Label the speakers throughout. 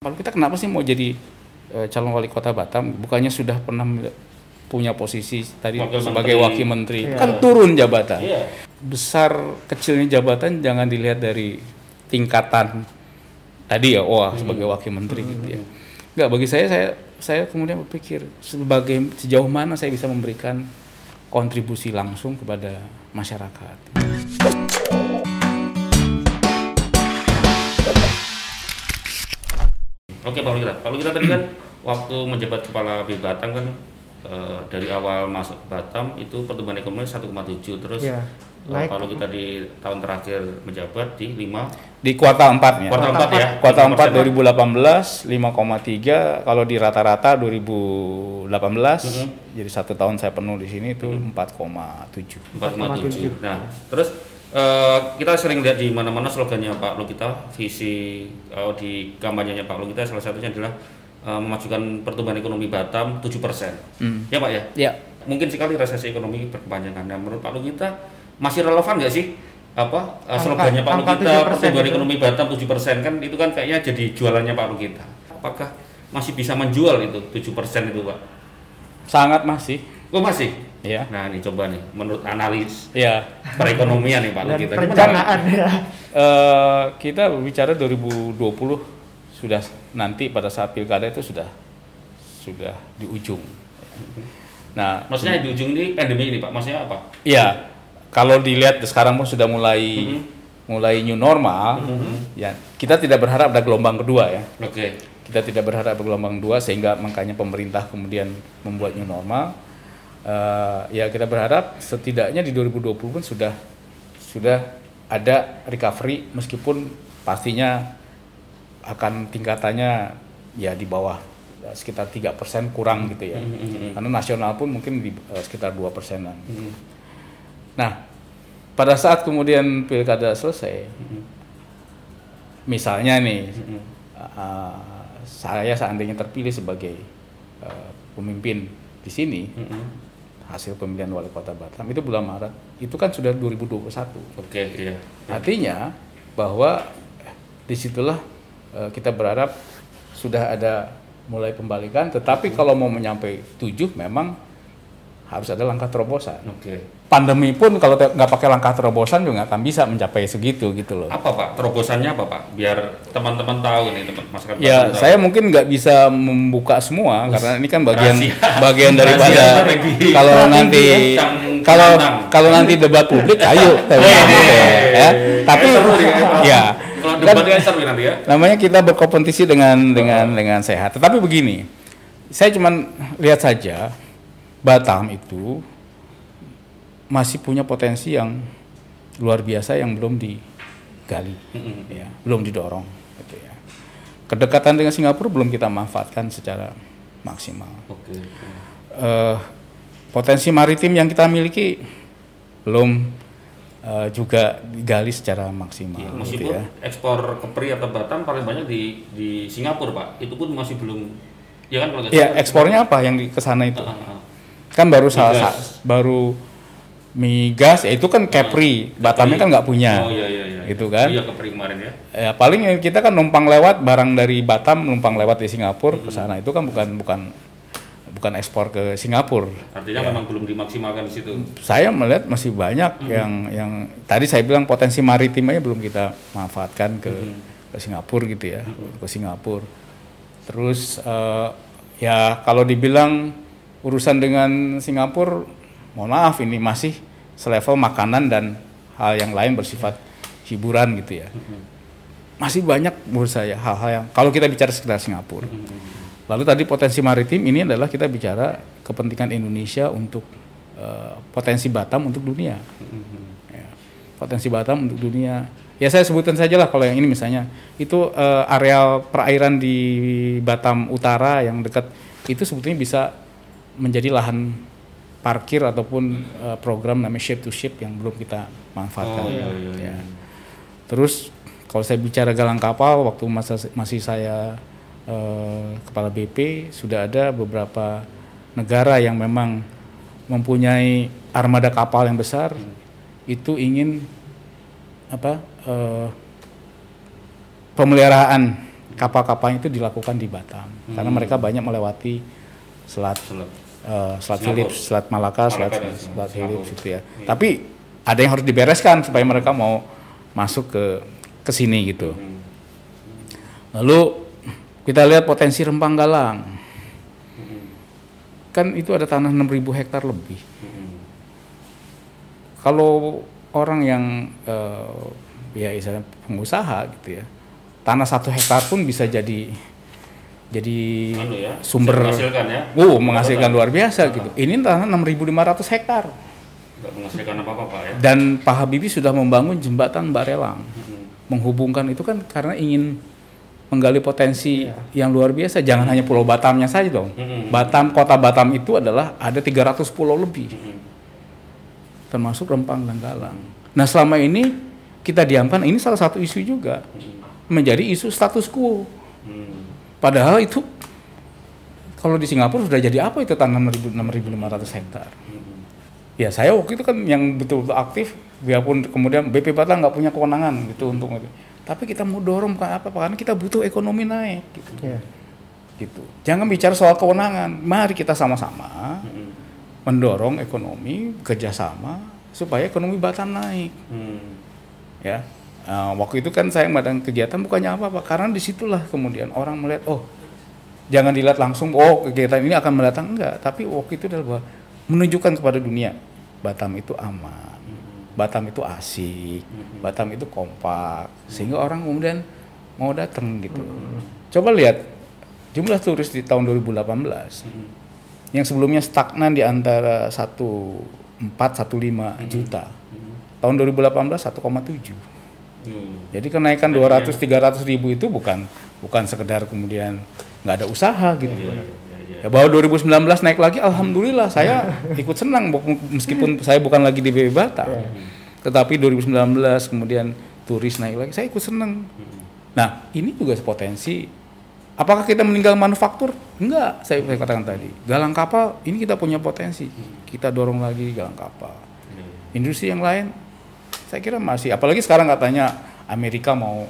Speaker 1: Pak Lukita kenapa sih mau jadi calon wali kota Batam? Bukannya sudah pernah punya posisi tadi sebagai wakil menteri, kan turun jabatan. Besar kecilnya jabatan jangan dilihat dari tingkatan tadi ya, sebagai wakil menteri gitu ya. Enggak, bagi saya kemudian berpikir sejauh mana saya bisa memberikan kontribusi langsung kepada masyarakat.
Speaker 2: Oke Pak Lukita tadi kan waktu menjabat kepala BIM Batam kan dari awal masuk Batam itu pertumbuhan ekonomi 1,7 terus Pak Lukita di tahun terakhir menjabat di 5
Speaker 1: di kuartal 4 ya. Kuartal 4 2018 5,3, kalau di rata-rata 2018 jadi 1 tahun saya penuh di sini itu 4,7.
Speaker 2: Nah, terus kita sering lihat di mana-mana slogannya Pak Lukita, visi di kampanyenya Pak Lukita salah satunya adalah memajukan pertumbuhan ekonomi Batam 7%. Ya Pak ya?
Speaker 1: Ya.
Speaker 2: Mungkin sekali resesi ekonomi berkepanjangan. Nah, menurut Pak Lukita masih relevan nggak sih slogannya Pak Lukita pertumbuhan ekonomi Batam 7% kan itu kan kayaknya jadi jualannya Pak Lukita. Apakah masih bisa menjual itu 7% itu Pak?
Speaker 1: Sangat masih.
Speaker 2: Oh masih?
Speaker 1: Ya.
Speaker 2: Nah ini coba nih menurut analis
Speaker 1: perekonomian
Speaker 2: nih Pak Lukita.
Speaker 3: Perencanaan ya.
Speaker 1: Kita berbicara 2020 sudah nanti pada saat pilkada itu sudah di ujung. Nah,
Speaker 2: maksudnya di ujung ini pandemi ini Pak, maksudnya apa?
Speaker 1: Iya, kalau dilihat sekarang pun sudah mulai new normal, ya kita tidak berharap ada gelombang kedua ya.
Speaker 2: Oke.
Speaker 1: Kita tidak berharap ada gelombang kedua sehingga makanya pemerintah kemudian membuat new normal. Ya kita berharap setidaknya di 2020 pun sudah ada recovery meskipun pastinya akan tingkatannya ya di bawah sekitar 3% kurang gitu ya. Karena nasional pun mungkin di sekitar 2%-an. Nah, pada saat kemudian pilkada selesai, misalnya nih, saya seandainya terpilih sebagai pemimpin di sini, hasil pemilihan wali kota Batam itu bulan Maret, itu kan sudah 2021.
Speaker 2: Oke, iya.
Speaker 1: Artinya bahwa disitulah kita berharap sudah ada mulai pembalikan, tetapi kalau mau menyampai 7 memang harus ada langkah terobosan.
Speaker 2: Oke.
Speaker 1: Pandemi pun kalau nggak pakai langkah terobosan juga nggak akan bisa mencapai segitu gitu loh.
Speaker 2: Apa Pak? Terobosannya apa Pak? Biar teman-teman tahu nih masyarakat.
Speaker 1: Ya saya mungkin nggak bisa membuka semua karena ini kan bagian daripada kalau nanti debat publik ayo ya. Tapi ya
Speaker 2: kalau debatnya seru nanti ya.
Speaker 1: Namanya kita berkompetisi dengan sehat. Tetapi begini, saya cuman lihat saja Batam itu masih punya potensi yang luar biasa yang belum digali, ya, belum didorong. Gitu ya. Kedekatan dengan Singapura belum kita manfaatkan secara maksimal. Potensi maritim yang kita miliki belum juga digali secara maksimal.
Speaker 2: Ya, meskipun
Speaker 1: gitu ya.
Speaker 2: ekspor kepri atau Batam paling banyak di Singapura Pak, itu pun masih belum. Ya kan kalau
Speaker 1: ekspornya apa yang ke sana itu? Kan baru migas, ya itu kan Kepri, Batamnya kan nggak punya. Itu kan.
Speaker 2: Iya Kepri kemarin ya.
Speaker 1: Ya paling kita kan numpang lewat barang dari Batam numpang lewat di Singapura ke sana, itu kan bukan ekspor ke Singapura.
Speaker 2: Artinya memang belum dimaksimalkan di situ. Saya
Speaker 1: melihat masih banyak yang tadi saya bilang potensi maritimnya belum kita manfaatkan ke Singapura gitu ya, ke Singapura. Terus ya kalau dibilang urusan dengan Singapura, mohon maaf ini masih selevel makanan dan hal yang lain bersifat hiburan gitu ya. Masih banyak menurut saya hal-hal yang kalau kita bicara sekitar Singapura. Lalu tadi potensi maritim ini adalah kita bicara kepentingan Indonesia untuk potensi Batam untuk dunia. Ya, potensi Batam untuk dunia. Ya saya sebutkan saja lah kalau yang ini misalnya itu areal perairan di Batam Utara yang dekat itu sebetulnya bisa menjadi lahan parkir ataupun program namanya ship to ship yang belum kita manfaatkan. Ya. Terus kalau saya bicara galang kapal, waktu masih saya kepala BP sudah ada beberapa negara yang memang mempunyai armada kapal yang besar itu ingin pemeliharaan kapal-kapalnya itu dilakukan di Batam karena mereka banyak melewati Selat Philips, Selat Malaka, Selat Philips gitu ya. Tapi ada yang harus dibereskan supaya mereka mau masuk ke sini gitu. Lalu kita lihat potensi Rempang Galang. Kan itu ada tanah 6.000 hektar lebih. Kalau orang yang ya istilahnya pengusaha gitu ya, tanah 1 hektar pun bisa jadi sumber menghasilkan luar biasa gitu. Ini tanah 6.500 hektar.
Speaker 2: Nggak menghasilkan apa-apa Pak ya.
Speaker 1: Dan Pak Habibie sudah membangun jembatan Barelang. Menghubungkan itu kan karena ingin menggali potensi yang luar biasa. Jangan hanya Pulau Batamnya saja dong. Batam, kota Batam itu adalah ada 300 pulau lebih. Termasuk Rempang dan Galang. Nah selama ini kita diamkan, ini salah satu isu juga. Menjadi isu status quo. Padahal itu kalau di Singapura sudah jadi apa itu tanah 6.500 hektar. Ya saya waktu itu kan yang betul-betul aktif, biarpun kemudian BP Batam nggak punya kewenangan gitu untuk itu. Tapi kita mau dorong bukan apa, karena kita butuh ekonomi naik gitu. Gitu. Jangan bicara soal kewenangan, mari kita sama-sama mendorong ekonomi, kerjasama supaya ekonomi Batam naik. Ya. Waktu itu kan saya mengadakan kegiatan bukannya apa-apa, karena disitulah kemudian orang melihat, oh jangan dilihat langsung, oh kegiatan ini akan mendatang, enggak. Tapi waktu itu adalah menunjukkan kepada dunia, Batam itu aman, Batam itu asik, Batam itu kompak, sehingga orang kemudian mau datang gitu. Coba lihat jumlah turis di tahun 2018, yang sebelumnya stagnan di antara 1,4-1,5 juta, tahun 2018 1,7. Jadi kenaikan 200-300 ribu itu bukan sekedar kemudian nggak ada usaha gitu. Ya bahwa 2019 naik lagi, alhamdulillah saya ikut senang meskipun saya bukan lagi di BP Batam. Tetapi 2019 kemudian turis naik lagi, saya ikut senang. Nah ini juga potensi. Apakah kita meninggal manufaktur? Enggak, saya katakan tadi. Galang kapal ini kita punya potensi. Kita dorong lagi galang kapal. Industri yang lain saya kira masih, apalagi sekarang katanya Amerika mau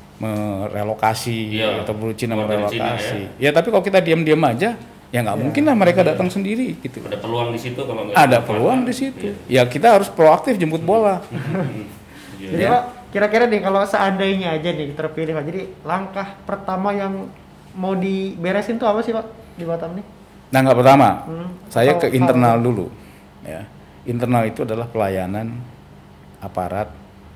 Speaker 1: merelokasi atau China merelokasi. Ya tapi kalau kita diam-diam aja, ya nggak mungkin lah mereka datang sendiri gitu.
Speaker 2: Ada peluang di situ kalau nggak.
Speaker 1: Ada peluang di situ. Ya kita harus proaktif jemput bola.
Speaker 3: Jadi Pak, kira-kira nih kalau seandainya aja nih terpilih Pak, jadi langkah pertama yang mau diberesin tuh apa sih Pak di Batam nih?
Speaker 1: Langkah pertama, saya ke internal dulu. Ya, internal itu adalah pelayanan aparat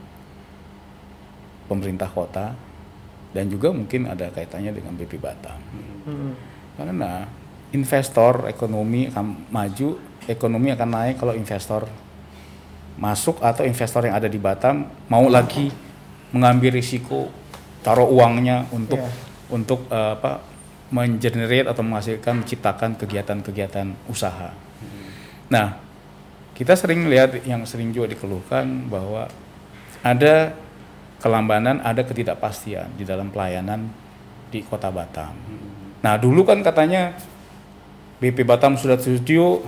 Speaker 1: pemerintah kota dan juga mungkin ada kaitannya dengan BP Batam. Karena investor ekonomi akan maju, ekonomi akan naik kalau investor masuk atau investor yang ada di Batam mau lagi mengambil risiko taruh uangnya untuk mengenerate atau menghasilkan, menciptakan kegiatan-kegiatan usaha. Nah, kita sering lihat yang sering juga dikeluhkan bahwa ada kelambanan, ada ketidakpastian di dalam pelayanan di Kota Batam. Nah, dulu kan katanya BP Batam sudah setuju,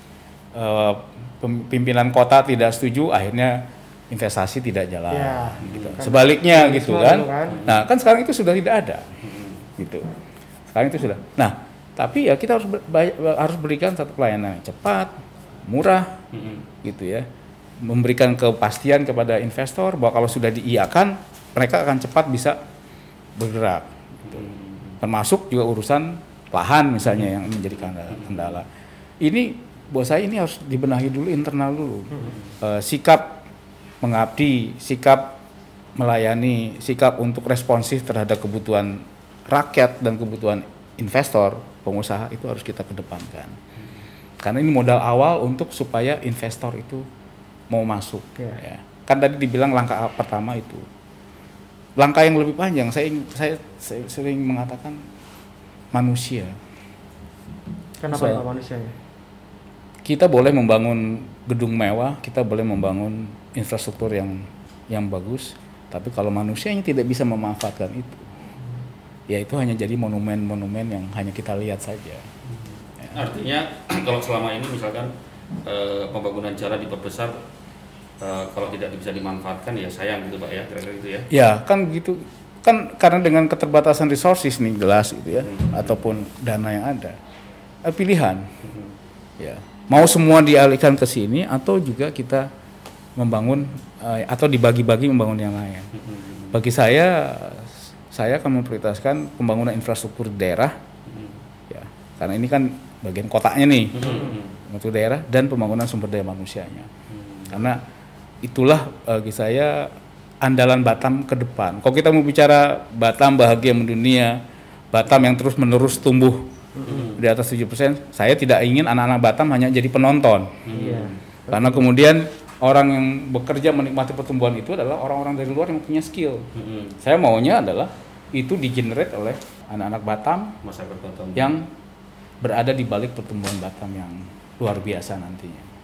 Speaker 1: pimpinan kota tidak setuju, akhirnya investasi tidak jalan. Gitu. Kan sebaliknya gitu kan. Nah, kan sekarang itu sudah tidak ada. Gitu. Sekarang itu sudah. Nah, tapi ya kita harus berikan satu pelayanan yang cepat, murah, gitu ya, memberikan kepastian kepada investor bahwa kalau sudah diiakan mereka akan cepat bisa bergerak, gitu. Termasuk juga urusan lahan misalnya yang menjadi kendala. Ini buat saya ini harus dibenahi dulu internal dulu, sikap mengabdi, sikap melayani, sikap untuk responsif terhadap kebutuhan rakyat dan kebutuhan investor, pengusaha itu harus kita kedepankan. Karena ini modal awal untuk supaya investor itu mau masuk. Ya. Kan tadi dibilang langkah pertama itu. Langkah yang lebih panjang, saya sering mengatakan manusia.
Speaker 3: Kenapa Pak manusianya?
Speaker 1: Kita boleh membangun gedung mewah, kita boleh membangun infrastruktur yang bagus, tapi kalau manusianya tidak bisa memanfaatkan itu, ya itu hanya jadi monumen-monumen yang hanya kita lihat saja.
Speaker 2: Artinya kalau selama ini misalkan pembangunan jalan diperbesar, kalau tidak bisa dimanfaatkan ya sayang gitu Pak ya, kira-kira gitu ya.
Speaker 1: Ya kan gitu. kan karena dengan keterbatasan resources nih jelas gitu ya, ataupun dana yang ada, pilihan. Ya, mau semua dialihkan ke sini atau juga kita membangun atau dibagi-bagi membangun yang lain. Bagi saya akan memprioritaskan pembangunan infrastruktur daerah, ya, karena ini kan bagian kotaknya nih, infrastruktur daerah dan pembangunan sumber daya manusianya. Karena itulah bagi saya andalan Batam ke depan. Kalau kita mau bicara Batam bahagia mendunia, Batam yang terus menerus tumbuh di atas 7%, saya tidak ingin anak-anak Batam hanya jadi penonton. Karena kemudian orang yang bekerja menikmati pertumbuhan itu adalah orang-orang dari luar yang punya skill. Saya maunya adalah itu di-generate oleh anak-anak Batam yang berada di balik pertumbuhan Batam yang luar biasa nantinya.